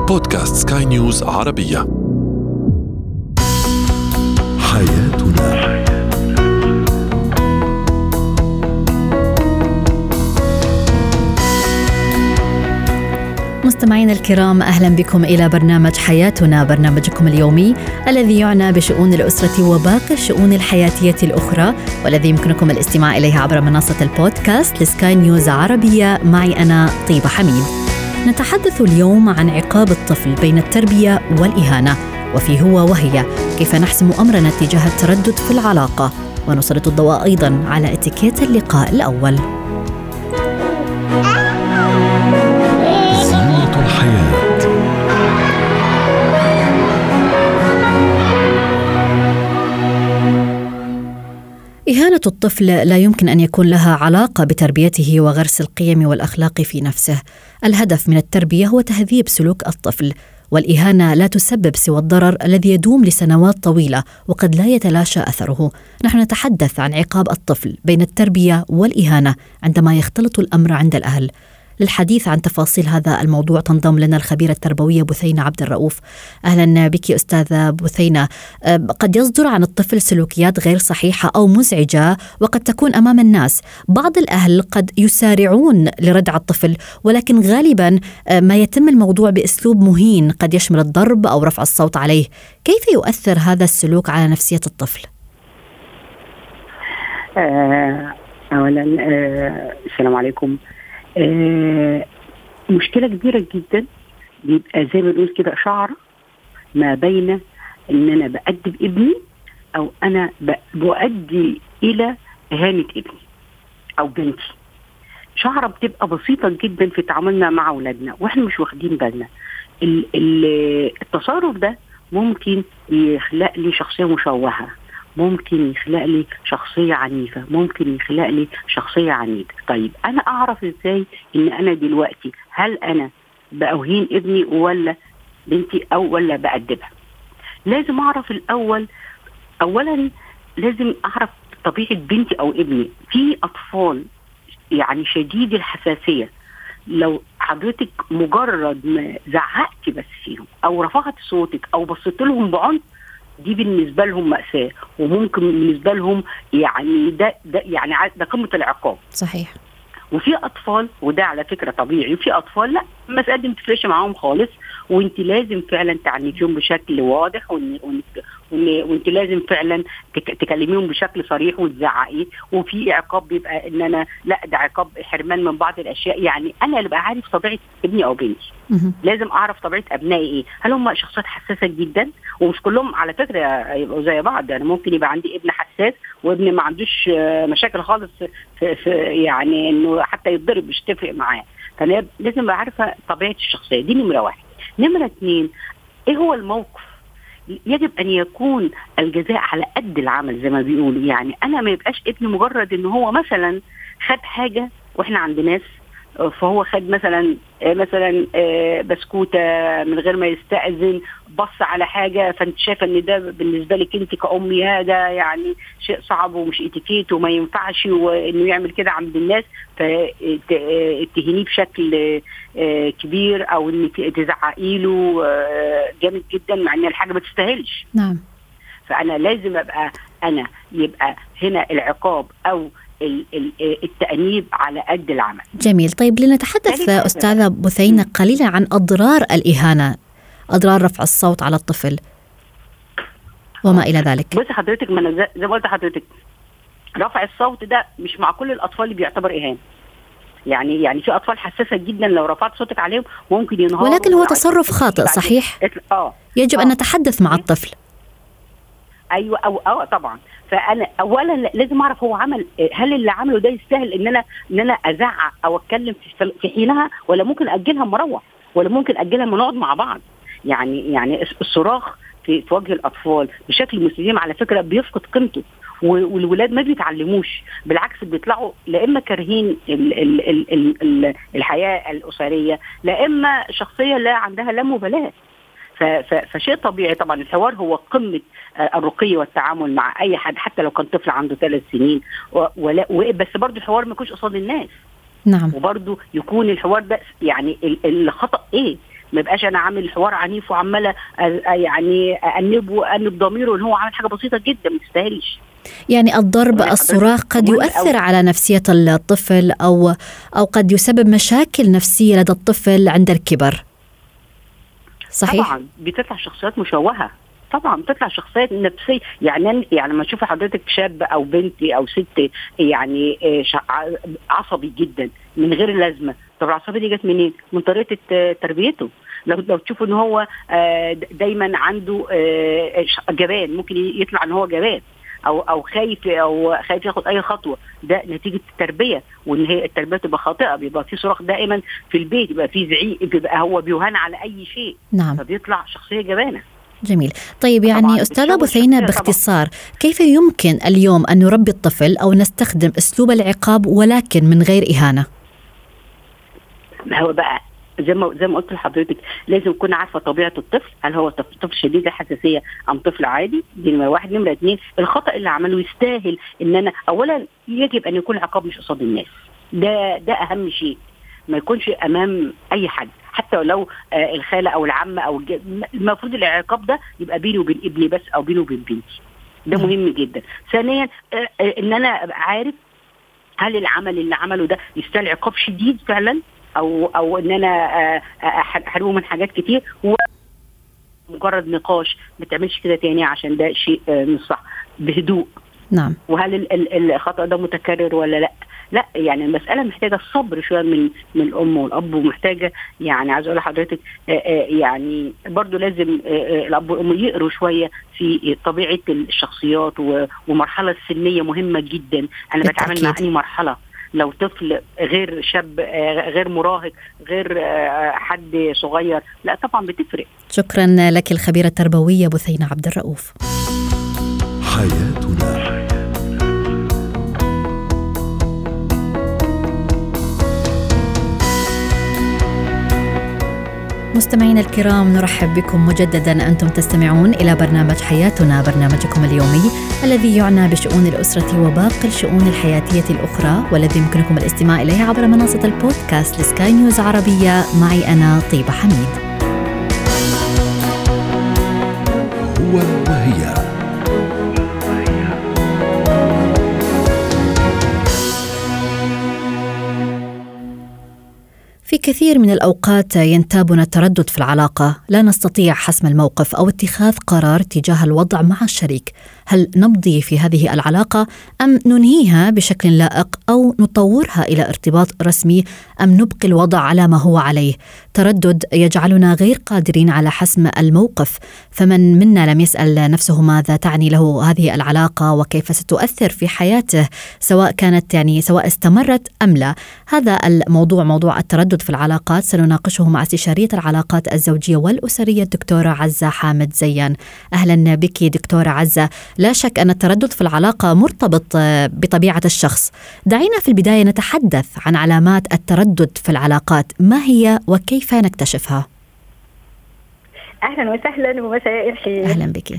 بودكاست سكاي نيوز عربية. حياتنا. مستمعين الكرام، أهلا بكم إلى برنامج حياتنا، برنامجكم اليومي الذي يعنى بشؤون الأسرة وباقي الشؤون الحياتية الأخرى، والذي يمكنكم الاستماع إليه عبر منصة البودكاست لسكاي نيوز عربية. معي أنا طيبة حميد. نتحدث اليوم عن عقاب الطفل بين التربية والإهانة، وفي هو وهي كيف نحسم أمرنا تجاه التردد في العلاقة، ونسلط الضوء أيضا على اتيكيت اللقاء الأول. إهانة الطفل لا يمكن أن يكون لها علاقة بتربيته وغرس القيم والأخلاق في نفسه. الهدف من التربية هو تهذيب سلوك الطفل، والإهانة لا تسبب سوى الضرر الذي يدوم لسنوات طويلة وقد لا يتلاشى أثره. نحن نتحدث عن عقاب الطفل بين التربية والإهانة عندما يختلط الأمر عند الأهل. للحديث عن تفاصيل هذا الموضوع تنضم لنا الخبيرة التربوية بثينة عبد الرؤوف. أهلا بك أستاذة بثينة. قد يصدر عن الطفل سلوكيات غير صحيحة أو مزعجة وقد تكون أمام الناس. بعض الأهل قد يسارعون لردع الطفل، ولكن غالبا ما يتم الموضوع بأسلوب مهين قد يشمل الضرب أو رفع الصوت عليه. كيف يؤثر هذا السلوك على نفسية الطفل؟ أولا السلام عليكم. مشكلة كبيرة جدا، بيبقى زي ما بنقول كده شعر ما بين ان انا بأدب ابني او انا بؤدي الى اهانة ابني او بنتي. شعرة بتبقى بسيطة جدا في تعاملنا مع اولادنا واحنا مش واخدين بالنا. التصرف ده ممكن يخلق لي شخصية مشوهة، ممكن يخلق لي شخصية عنيفة، ممكن يخلق لي شخصية عنيدة. طيب أنا أعرف إزاي إن أنا دلوقتي هل أنا بأهين ابني ولا بنتي أو ولا بأدبها؟ لازم أعرف الأول. أولا لازم أعرف طبيعة بنتي أو ابني. في أطفال يعني شديد الحساسية، لو حضرتك مجرد ما زعقتي بس فيهم أو رفعت صوتك أو بصيت لهم بعنف، دي بالنسبة لهم مأساة، وممكن بالنسبة لهم يعني ده يعني ده قمة العقاب. صحيح. وفي أطفال، وده على فكرة طبيعي، وفي أطفال لا، المسألة دي متفرقش معاهم خالص، وانت لازم فعلا تعنيفيهم بشكل واضح، وانت لازم فعلا تكلميهم بشكل صريح وتزعقي. وفي عقاب بيبقى ان انا لا، ده عقاب حرمان من بعض الاشياء. يعني انا اللي بقى عارف طبيعة ابني او بنتي. لازم اعرف طبيعة ابنائي ايه. هل هم شخصيات حساسة جدا؟ ومش كلهم على فكرة يبقوا زي بعض. يعني ممكن يبقى عندي ابن حساس وابن ما عندوش مشاكل خالص في يعني انه حتى يتضرب مش تفرق معاه. فانا لازم ابقى عارفة طبيعة الشخصية دي. نمرة واحد. نمرة 2، ايه هو الموقف؟ يجب ان يكون الجزاء على قد العمل زي ما بيقولوا. يعني انا ما يبقاش ابني مجرد ان هو مثلا خد حاجة واحنا عند ناس، فهو خد مثلا بسكوتة من غير ما يستأذن، بص على حاجة فانت شايفة ان ده بالنسبة لك انت كأمي هذا يعني شيء صعب ومش اتيكيت وما ينفعش وانه يعمل كده عند الناس، فتهينيه بشكل كبير او انك تزعقي له جامد جدا مع ان الحاجة ما تستاهلش. نعم. فانا لازم يبقى هنا العقاب او التأنيب على قد العمل. جميل. طيب لنتحدث أستاذة بثينة قليلا عن أضرار الإهانة، أضرار رفع الصوت على الطفل وما إلى ذلك. بس حضرتك، ما أنا زي ما قلت حضرتك، رفع الصوت ده مش مع كل الأطفال اللي بيعتبر إهانة. يعني في أطفال حساسة جدا لو رفعت صوتك عليهم ممكن ينهاروا، ولكن هو تصرف خاطئ. صحيح. يجب أن نتحدث مع الطفل. ايوه او طبعا. فانا اولا لازم اعرف هو عمل، هل اللي عمله ده يستاهل ان انا ازعق او اتكلم في حينها، ولا ممكن اجلها مروح، ولا ممكن اجلها ما نقعد مع بعض. يعني الصراخ في وجه الاطفال بشكل مستديم على فكره بيفقد قيمته، والولاد ما بيتعلموش، بالعكس بيطلعوا لا اما كارهين الحياه الاسريه، لا اما شخصيه لا عندها لا مبالاه. فشيء طبيعي طبعا. الحوار هو قمة الرقي والتعامل مع أي حد، حتى لو كان طفل عنده 3 سنين، بس برضو الحوار ما يكونش قصاد الناس. نعم. وبرضو يكون الحوار ده يعني الخطأ إيه، ما يبقاش انا عامل حوار عنيف وعماله يعني انب ضميره ان هو عامل حاجه بسيطه جدا ما تستاهلش. يعني الضرب، الصراخ قد يؤثر على نفسية الطفل أو قد يسبب مشاكل نفسية لدى الطفل عند الكبر. صحيح؟ طبعا بتطلع شخصيات مشوهة، طبعا بتطلع شخصيات نفسية. يعني لما تشوف حضرتك شاب أو بنت أو ست يعني عصبي جدا من غير لازمة، طب العصبية دي جت منين؟ من طريقة تربيته. لو تشوفوا ان هو دايما عنده جبان، ممكن يطلع ان هو جبان او خايف ياخد اي خطوه، ده نتيجه التربيه، وان هي التربيه تبقى خاطئه، بيبقى في صراخ دائما في البيت، يبقى في زعيق، بيبقى هو بيهان على اي شيء. نعم. فبيطلع شخصيه جبانه. جميل. طيب يعني أستاذة بثينة باختصار، كيف يمكن اليوم أن نربي الطفل أو نستخدم أسلوب العقاب ولكن من غير إهانة؟ ما هو بقى زي ما قلت لحضرتك، لازم نكون عارفه طبيعه الطفل، هل هو طفل شديد الحساسيه ام طفل عادي. دي نمره واحد. نمره اثنين، الخطا اللي عمله يستاهل ان انا اولا يجب ان يكون العقاب مش قصاد الناس، ده اهم شيء، ما يكونش امام اي حد، حتى لو الخاله او العمه او المفروض العقاب ده يبقى بيني وبين ابني بس او بيني وبين بنتي، ده مهم جدا. ثانيا ان انا عارف هل العمل اللي عمله ده يستاهل عقاب شديد فعلا او ان انا احرمه من حاجات كتير، ومجرد نقاش ما تعملش كده تاني عشان ده شيء مش صح، بهدوء. نعم. وهل الخطأ ده متكرر ولا لا؟ يعني المسألة محتاجة الصبر شوية من الأم والأب، ومحتاجة يعني عايز أقول لحضرتك يعني برضو لازم الأب والأم يقروا شوية في طبيعة الشخصيات، ومرحلة السنية مهمة جدا. أنا بتعامل مع أي مرحلة، لو طفل غير شاب غير مراهق غير حد صغير، لا طبعا بتفرق. شكرا لك الخبيرة التربوية بثينة عبد الرؤوف. حياتنا. مستمعين الكرام، نرحب بكم مجددا. أنتم تستمعون إلى برنامج حياتنا، برنامجكم اليومي الذي يعنى بشؤون الأسرة وباقي الشؤون الحياتية الأخرى، والذي يمكنكم الاستماع إليه عبر منصة البودكاست لسكاي نيوز عربية. معي أنا طيبة حميد. هو وهي. في كثير من الأوقات ينتابنا التردد في العلاقة، لا نستطيع حسم الموقف أو اتخاذ قرار تجاه الوضع مع الشريك. هل نمضي في هذه العلاقة أم ننهيها بشكل لائق أو نطورها إلى ارتباط رسمي أم نبقي الوضع على ما هو عليه؟ تردد يجعلنا غير قادرين على حسم الموقف، فمن منا لم يسأل نفسه ماذا تعني له هذه العلاقة وكيف ستؤثر في حياته، سواء استمرت أم لا. هذا الموضوع، موضوع التردد في العلاقات، سنناقشه مع استشارية العلاقات الزوجية والأسرية الدكتورة عزة حامد زيان. أهلا بك دكتورة عزة. لا شك أن التردد في العلاقة مرتبط بطبيعة الشخص. دعينا في البداية نتحدث عن علامات التردد في العلاقات، ما هي وكيف نكتشفها؟ أهلا وسهلا ومساء الخير. أهلا بك.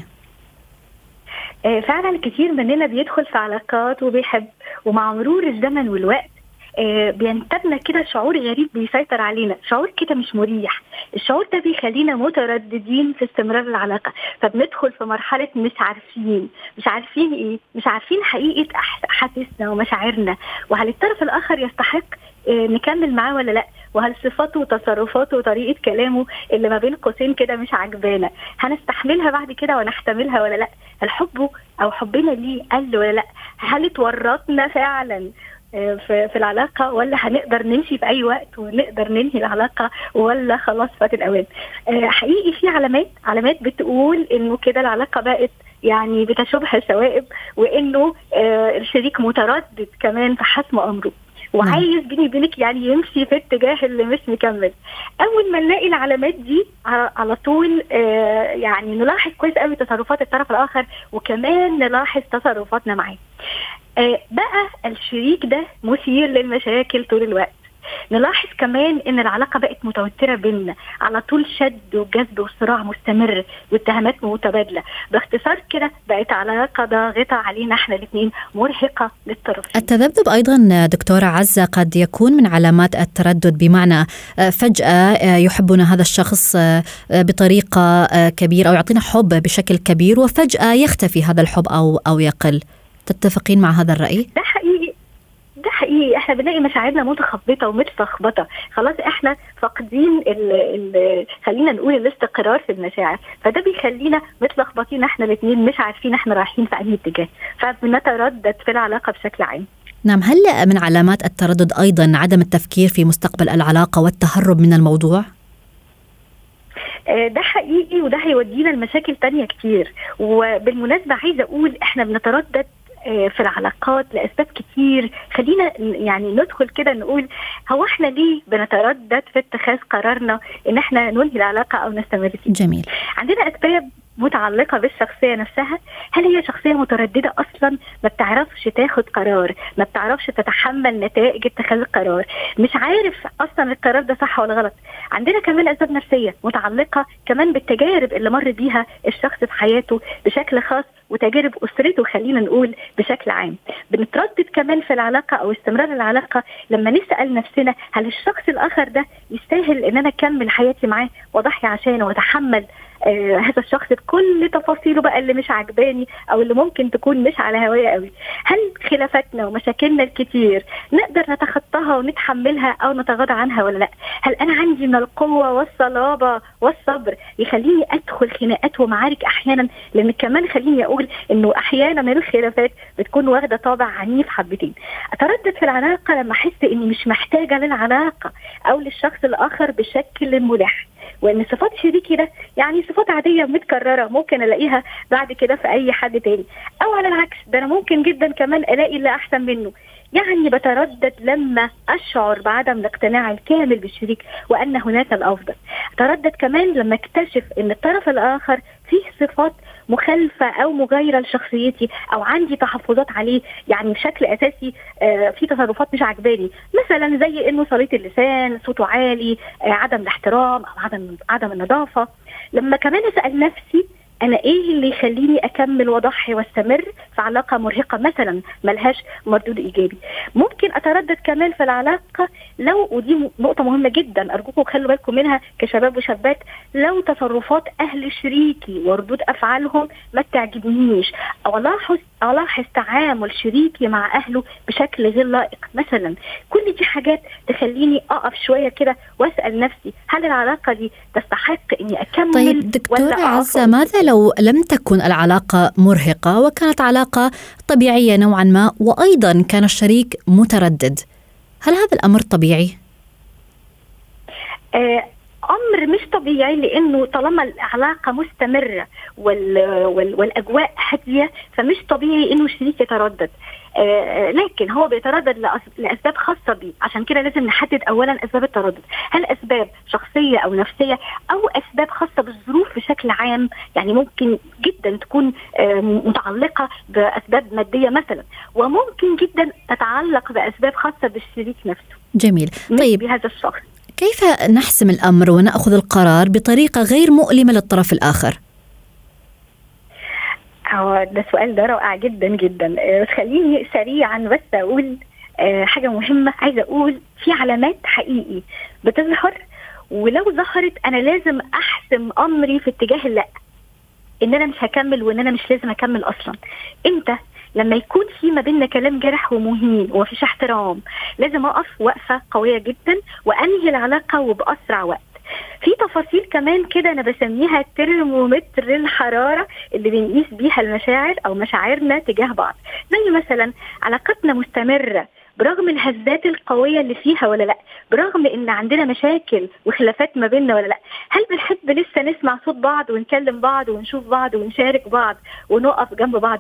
فعلا كثير مننا بيدخل في علاقات وبيحب، ومع مرور الزمن والوقت بينتابنا كده شعور غريب بيسيطر علينا، شعور كده مش مريح. الشعور ده بيخلينا مترددين في استمرار العلاقة، فبندخل في مرحلة مش عارفين ايه، مش عارفين حقيقة احاسيسنا ومشاعرنا، وهل الطرف الاخر يستحق نكمل معاه ولا لا، وهل صفاته وتصرفاته وطريقة كلامه اللي ما بين قوسين كده مش عجبانا هنستحملها بعد كده ونحتملها ولا لا، هل حبه او حبنا ليه قل ولا لا، هل اتورطنا فعلا في العلاقة ولا هنقدر نمشي في أي وقت ونقدر ننهي العلاقة ولا خلاص فات الأوان. حقيقي في علامات بتقول إنه كده العلاقة بقت يعني بتشبه الشوائب، وإنه الشريك متردد كمان في حسم أمره وعايز بيني وبينك يعني يمشي في اتجاه اللي مش مكمل. أول ما نلاقي العلامات دي على طول يعني نلاحظ كويس قوي تصرفات الطرف الآخر، وكمان نلاحظ تصرفاتنا معاه. بقى الشريك ده مثير للمشاكل طول الوقت، نلاحظ كمان ان العلاقه بقت متوتره بيننا، على طول شد وجذب وصراع مستمر واتهامات متبادله. باختصار كده بقت علاقه ضاغطه علينا احنا الاثنين، مرهقه للطرفين. التذبذب ايضا دكتوره عزة قد يكون من علامات التردد، بمعنى فجأة يحبنا هذا الشخص بطريقه كبيره او يعطينا حب بشكل كبير، وفجأة يختفي هذا الحب او يقل. تتفقين مع هذا الرأي؟ ده حقيقي احنا بنلاقي مشاعرنا متخبطه ومتلخبطه، خلاص احنا فاقدين خلينا نقول الاستقرار في المشاعر، فده بيخلينا متلخبطين احنا الاثنين، مش عارفين احنا رايحين في اي اتجاه، فبنتردد في العلاقه بشكل عام. نعم. هل من علامات التردد ايضا عدم التفكير في مستقبل العلاقه والتهرب من الموضوع؟ ده حقيقي، وده هيودينا لمشاكل تانية كتير. وبالمناسبة عايزة أقول إحنا بنتردد في العلاقات لأسباب كتير. خلينا يعني ندخل كده نقول هو إحنا ليه بنتردد في اتخاذ قرارنا إن إحنا ننهي العلاقة أو نستمر فيها؟ جميل. عندنا أسباب متعلقة بالشخصية نفسها. هل هي شخصية مترددة أصلا، ما بتعرفش تاخد قرار، ما بتعرفش تتحمل نتائج اتخاذ القرار، مش عارف أصلا القرار ده صح ولا غلط. عندنا كمان أسباب نفسية متعلقة كمان بالتجارب اللي مر بيها الشخص في حياته بشكل خاص وتجارب أسرته خلينا نقول بشكل عام. بنتردد كمان في العلاقة أو استمرار العلاقة لما نسأل نفسنا هل الشخص الآخر ده يستاهل إن أنا أكمل حياتي معاه وأضحي عشانه وأتحمل هذا الشخص بكل تفاصيله بقى اللي مش عجباني او اللي ممكن تكون مش على هواية قوي. هل خلافاتنا ومشاكلنا الكتير نقدر نتخطاها ونتحملها او نتغاضى عنها ولا لا؟ هل انا عندي من القوة والصلابة والصبر يخليني ادخل خناقات ومعارك احيانا؟ لان كمان خليني اقول انه احيانا الخلافات بتكون واخدة طابع عنيف حبتين. اتردد في العلاقة لما احس اني مش محتاجة للعلاقة او للشخص الاخر بشكل ملح، وان صفات شريكي ده يعني صفات عادية متكررة ممكن الاقيها بعد كده في اي حد تاني، او على العكس ده انا ممكن جدا كمان الاقي اللي احسن منه. يعني بتردد لما اشعر بعدم الاقتناع الكامل بالشريك وان هناك الافضل. اتردد كمان لما اكتشف ان الطرف الاخر فيه صفات مخالفة او مغايرة لشخصيتي او عندي تحفظات عليه، يعني بشكل اساسي في تصرفات مش عجباني، مثلا زي انه صليط اللسان، صوته عالي، عدم الاحترام او عدم النظافة. لما كمان اسأل نفسي انا ايه اللي يخليني اكمل واضحي واستمر في علاقة مرهقة مثلا ملهاش مردود ايجابي. ممكن اتردد كمان في العلاقة لو، ودي نقطة مهمة جدا ارجوكم خلوا بالكم منها كشباب وشابات، لو تصرفات اهل شريكي وردود افعالهم ما تعجبنيش، او الاحظ تعامل شريكي مع اهله بشكل غير لائق مثلا. كل دي حاجات تخليني اقف شوية كده واسأل نفسي هل العلاقة دي تستحق اني اكمل؟ طيب دكتورة عزة، ماذا لو لم تكن العلاقة مرهقة وكانت علاقة طبيعية نوعا ما وأيضا كان الشريك متردد؟ هل هذا الأمر طبيعي؟ أمر مش طبيعي، لأنه طالما العلاقة مستمرة والأجواء هادية فمش طبيعي إنه الشريك يتردد. لكن هو بيتردد لأسباب خاصة بيه، عشان كده لازم نحدد أولا أسباب التردد. هل أسباب شخصية أو نفسية أو أسباب خاصة بالظروف بشكل عام؟ يعني ممكن جدا تكون متعلقة بأسباب مادية مثلا، وممكن جدا تتعلق بأسباب خاصة بالشريك نفسه. جميل. طيب بهذا الشخص كيف نحسم الأمر ونأخذ القرار بطريقة غير مؤلمة للطرف الآخر؟ ده سؤال ده رائع جدا جدا. خليني سريعا بس أقول حاجة مهمة. عايزة أقول في علامات حقيقي بتظهر، ولو ظهرت أنا لازم أحسم أمري في اتجاه لا، إن أنا مش هكمل وإن أنا مش لازم أكمل أصلا. إمتى؟ لما يكون في ما بيننا كلام جرح ومهين ومفيش احترام، لازم أقف وقفة قوية جدا وأنهي العلاقة وبأسرع وقت. في تفاصيل كمان كده أنا بسميها ترمومتر الحرارة اللي بنقيس بيها المشاعر أو مشاعرنا تجاه بعض، زي مثلا علاقتنا مستمرة برغم الهزات القوية اللي فيها ولا لا، برغم ان عندنا مشاكل وخلافات ما بيننا ولا لا، هل بنحب لسه نسمع صوت بعض ونكلم بعض ونشوف بعض ونشارك بعض ونقف جنب بعض ولا لا.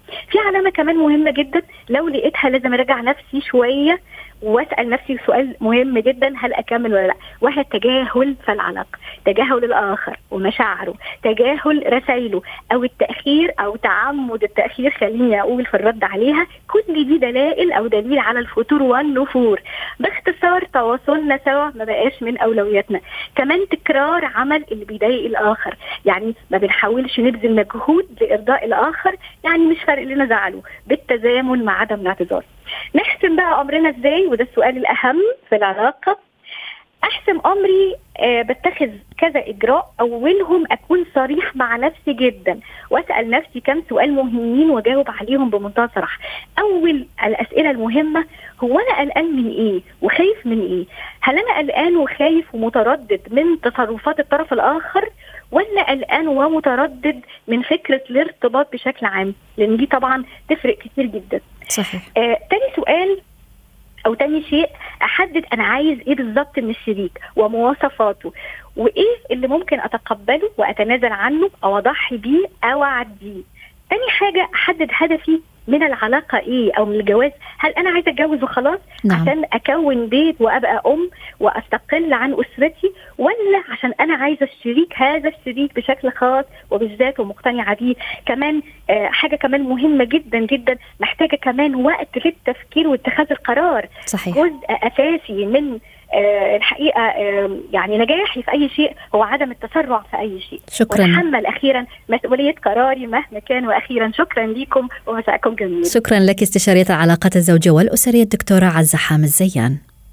في علامة كمان مهمة جدا لو لقيتها لازم أراجع نفسي شوية واسأل نفسي سؤال مهم جدا، هل أكمل ولا لا؟ وهي التجاهل في العلاقة، تجاهل الآخر ومشاعره، تجاهل رسائله أو التأخير أو تعمد التأخير، خليني أقول في الرد عليها. كل دي دلائل أو دليل على الفتور والنفور. باختصار تواصلنا سوا ما بقاش من أولوياتنا. كمان تكرار عمل اللي بيضايق الآخر، يعني ما بنحاولش نبذل مجهود لإرضاء الآخر، يعني مش فارق لنا زعله، بالتزامن مع عدم الاعتذار. نحسم بقى أمرنا إزاي؟ وده السؤال الأهم في العلاقة. أحسم أمري بتخذ كذا إجراء. أولهم أكون صريح مع نفسي جدا وأسأل نفسي كم سؤال مهمين وجاوب عليهم بمنتهى الصراحة. أول الأسئلة المهمة: هو أنا قلقان من إيه وخايف من إيه؟ هل أنا قلقان وخايف ومتردد من تصرفات الطرف الآخر، ولا قلقان ومتردد من فكرة الارتباط بشكل عام؟ لأن دي طبعا تفرق كتير جدا. صحيح. تاني سؤال أو تاني شيء: أحدد أنا عايز إيه بالظبط من الشريك ومواصفاته، وإيه اللي ممكن أتقبله وأتنازل عنه أو أضحي بيه أو أعديه. تاني حاجة: أحدد هدفي من العلاقة إيه أو من الجواز. هل أنا عايزة أتجوز وخلاص عشان أكون بيت وأبقى أم وأستقل عن أسرتي، ولا عشان أنا عايزة الشريك هذا الشريك بشكل خاص وبالذات ومقتنعة بيه؟ كمان حاجة كمان مهمة جدا جدا، محتاجة كمان وقت للتفكير واتخاذ القرار. صحيح. جزء أساسي من الحقيقة يعني نجاحي في أي شيء هو عدم التسرع في أي شيء. شكرا. وأتحمل أخيرا مسؤولية قراري مهما كان. وأخيرا شكرا لكم ومساءكم جميل. شكرا لك استشارية العلاقات الزوجية والأسرية الدكتورة عزة حامد زيان.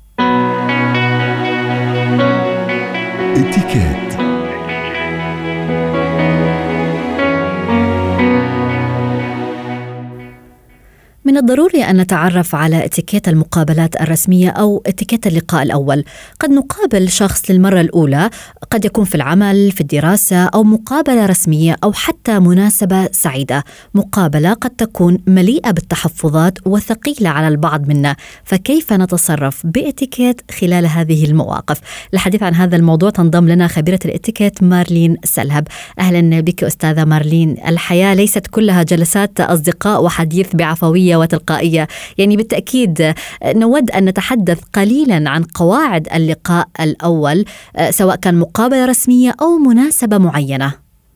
اتكات. من الضروري أن نتعرف على اتيكيت المقابلات الرسمية أو اتيكيت اللقاء الأول. قد نقابل شخص للمرة الأولى، قد يكون في العمل، في الدراسة، أو مقابلة رسمية، أو حتى مناسبة سعيدة. مقابلة قد تكون مليئة بالتحفظات وثقيلة على البعض منا، فكيف نتصرف باتيكيت خلال هذه المواقف؟ للحديث عن هذا الموضوع تنضم لنا خبيرة الاتيكيت مارلين سلهب. أهلا بك أستاذة مارلين. الحياة ليست كلها جلسات أصدقاء وحديث بعفوية وتلقائية، يعني بالتأكيد نود أن نتحدث قليلا عن قواعد اللقاء الأول، سواء كان مقابلة رسمية أو مناسبة معينة.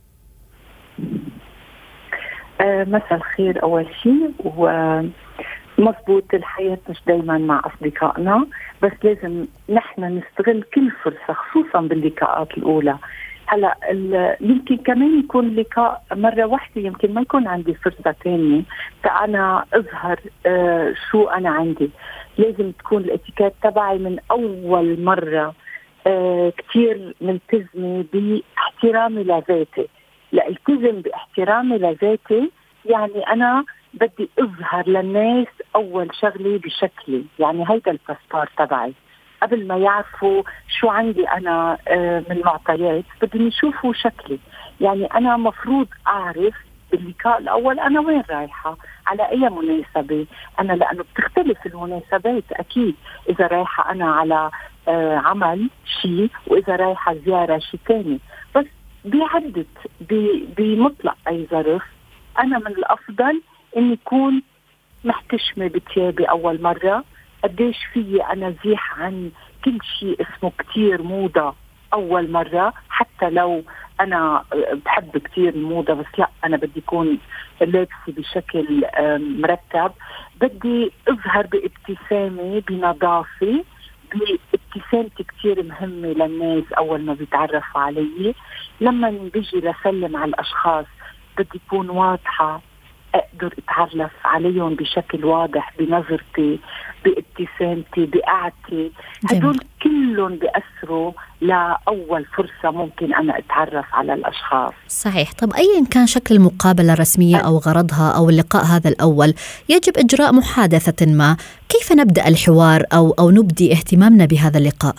مساء الخير. أول شيء ومضبوط، الحياة مش دايما مع أصدقائنا، بس لازم نحن نستغل كل فرصة خصوصا باللقاءات الأولى. هلا يمكن كمان يكون لقاء مرة واحدة، يمكن ما يكون عندي فرصة تانية فأنا أظهر شو أنا عندي. لازم تكون الاتيكيت تبعي من أول مرة كتير ملتزمة باحترامي لذاتي. لا التزم باحترامي لذاتي يعني أنا بدي أظهر للناس أول شغلي بشكلي، يعني هيدا الباسبور تبعي. قبل ما يعرفوا شو عندي أنا من معطيات بدهم يشوفوا شكلي. يعني أنا مفروض أعرف باللقاء الأول أنا وين رايحة، على أي مناسبة أنا، لأنه بتختلف المناسبات أكيد. إذا رايحة أنا على عمل شيء وإذا رايحة زيارة شيء تاني. بس بعدت بمطلق أي ظرف أنا من الأفضل إني يكون محتشمة بتيابي أول مرة. قديش فيي أنا زيح عن كل شيء اسمه كتير موضة أول مرة، حتى لو أنا بحب كتير الموضة، بس لا أنا بدي يكون لابسة بشكل مرتب. بدي أظهر بابتسامة، بنظافة، بابتسامتي كتير مهمة للناس أول ما بيتعرفوا علي. لما بيجي لسلم على الأشخاص بدي يكون واضحة، أقدر أتعرف عليهم بشكل واضح، بنظرتي، بابتسامتي، بقعدتي. هدول كلهم بيأثروا لأول فرصة ممكن أنا أتعرف على الأشخاص. صحيح. طب أيا كان شكل المقابلة الرسمية أو غرضها أو اللقاء هذا الأول، يجب إجراء محادثة ما. كيف نبدأ الحوار أو نبدي اهتمامنا بهذا اللقاء؟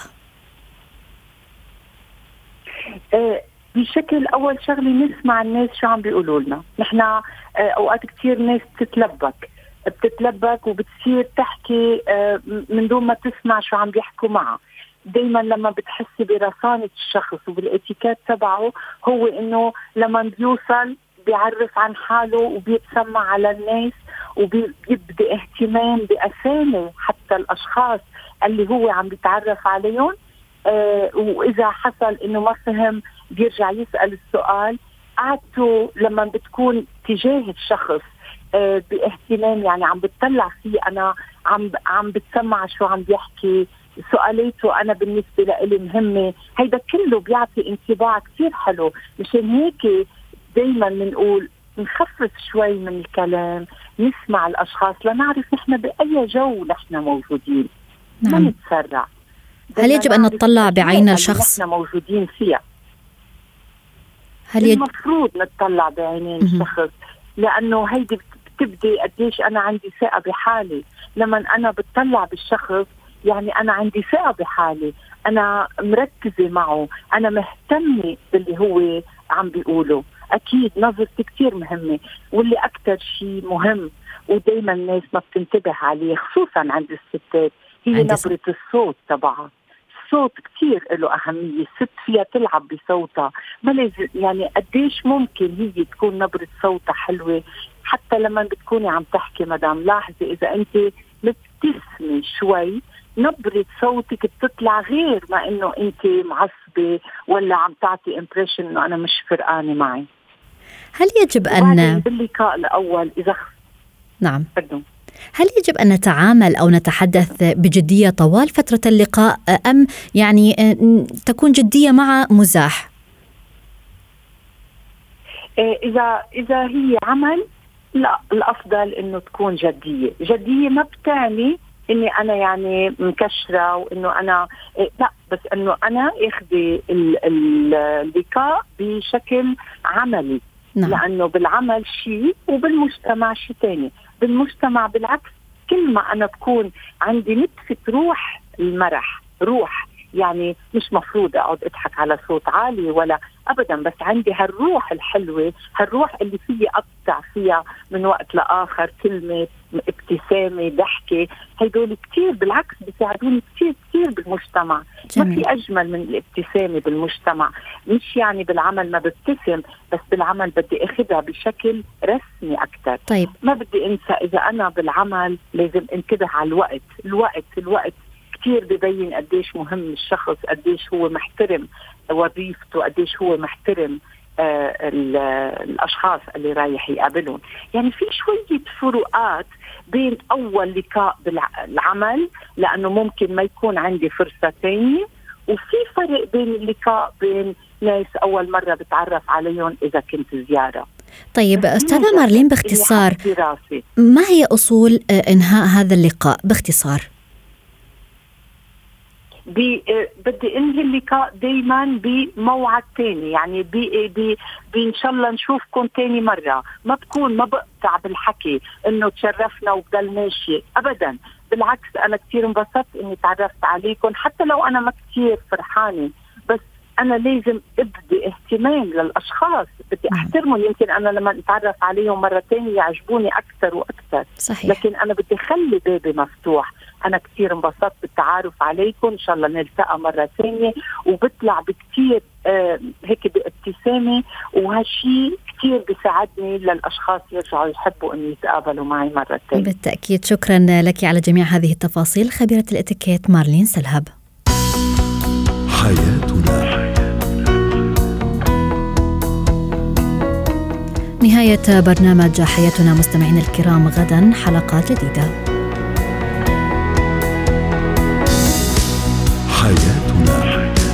بشكل أول شغلة نسمع الناس شو عم بيقولوا لنا. نحن أوقات كتير ناس بتتلبك وبتصير تحكي من دون ما تسمع شو عم بيحكوا معها. دايما لما بتحسي برصانة الشخص وبالاتيكيت تبعه هو إنه لما بيوصل بيعرف عن حاله وبيتسمع على الناس وبيبدي اهتمام بأسامي حتى الأشخاص اللي هو عم بيتعرف عليهم. وإذا حصل إنه ما فهم بيرجع يسأل السؤال. قعدته لما بتكون تجاه الشخص باهتمام، يعني عم بتطلع فيه، أنا عم بتسمع شو عم بيحكي، سؤاليته أنا بالنسبة لي مهمة، هيدا كله بيعطي انطباع كتير حلو. مشان هيك دايما بنقول نخفف شوي من الكلام، نسمع الأشخاص لنعرف نحن بأي جو نحن موجودين. ما نتسرع. هل يجب أن نطلع بعين الشخص؟ نحن موجودين فيها. هل المفروض نطلع بعينين الشخص، لأنه هيدي بتبدي قديش أنا عندي ثقة بحالي. لما أنا بتطلع بالشخص يعني أنا عندي ثقة بحالي، أنا مركزة معه، أنا مهتمة باللي هو عم بيقوله. أكيد نظرتي كتير مهمة، واللي أكتر شيء مهم ودايما الناس ما بتنتبه عليه خصوصا عند الستات هي نبرة الصوت تبعها. الصوت كتير له أهمية. الست فيها تلعب بصوتها، ما لازم يعني قديش ممكن هي تكون نبرة صوتها حلوة. حتى لما بتكوني عم تحكي مدام لاحظي إذا أنت بتبتسمي شوي نبرة صوتك بتطلع غير ما إنه أنت معصبة ولا عم تعطي إمبريشن إنه أنا مش فرقانة معي. هل يجب أن باللقاء الأول إذا نعم هل يجب أن نتعامل أو نتحدث بجدية طوال فترة اللقاء أم يعني تكون جدية مع مزاح؟ إذا هي عمل لا، الأفضل إنه تكون جدية. جدية ما بتعني إني أنا يعني مكشرة وإنه أنا لا، بس إنه أنا أخذ اللقاء بشكل عملي. نعم. لأنه بالعمل شيء وبالمجتمع شيء تاني. بالمجتمع بالعكس، كل ما أنا بكون عندي نتفة روح المرح، روح يعني مش مفروض أقعد أضحك على صوت عالي ولا أبدا، بس عندي هالروح الحلوة، هالروح اللي فيي أقطع فيها من وقت لآخر كلمة، ابتسامة، ضحكة. هيدول كتير بالعكس بيساعدوني كتير كتير بالمجتمع. جميل. ما في أجمل من الابتسامة بالمجتمع. مش يعني بالعمل ما ببتسم، بس بالعمل بدي أخذها بشكل رسمي أكتر. طيب. ما بدي أنسى إذا أنا بالعمل لازم انتبه على الوقت كتير ببين قديش مهم الشخص، قديش هو محترم وظيفته، قديش هو محترم الأشخاص اللي رايح يقابلهم. يعني في شوية فروقات بين أول لقاء بالعمل لأنه ممكن ما يكون عندي فرصة تانية، وفي فرق بين اللقاء بين ناس أول مرة بتعرف عليهم إذا كنت زيارة. طيب أستاذة مارلين، باختصار ما هي أصول إنهاء هذا اللقاء باختصار؟ بدي انهي اللقاء دايما بموعد تاني، يعني ان شاء الله نشوفكم تاني مرة. ما بقطع بالحكي انه تشرفنا وبدل ماشي ابدا. بالعكس انا كتير انبسطت اني تعرفت عليكم، حتى لو انا ما كتير فرحانة، بس أنا لازم أبدي اهتمام للأشخاص، بدي أحترمهم. يمكن أنا لما أتعرف عليهم مرة تانية يعجبوني أكثر وأكثر. صحيح. لكن أنا بدي خلي بابي مفتوح. أنا كتير انبسطت بالتعارف عليكم، إن شاء الله نلتقى مرة تانية، وبطلع بكتير هيك بابتسامة، وهالشي كتير بيساعدني للأشخاص يرجعوا يحبوا أن يتقابلوا معي مرة تانية. بالتأكيد. شكرا لك على جميع هذه التفاصيل خبيرة الاتيكيت مارلين سلهب. حياتنا. نهاية برنامج حياتنا مستمعين الكرام، غدا حلقات جديدة. حياتنا.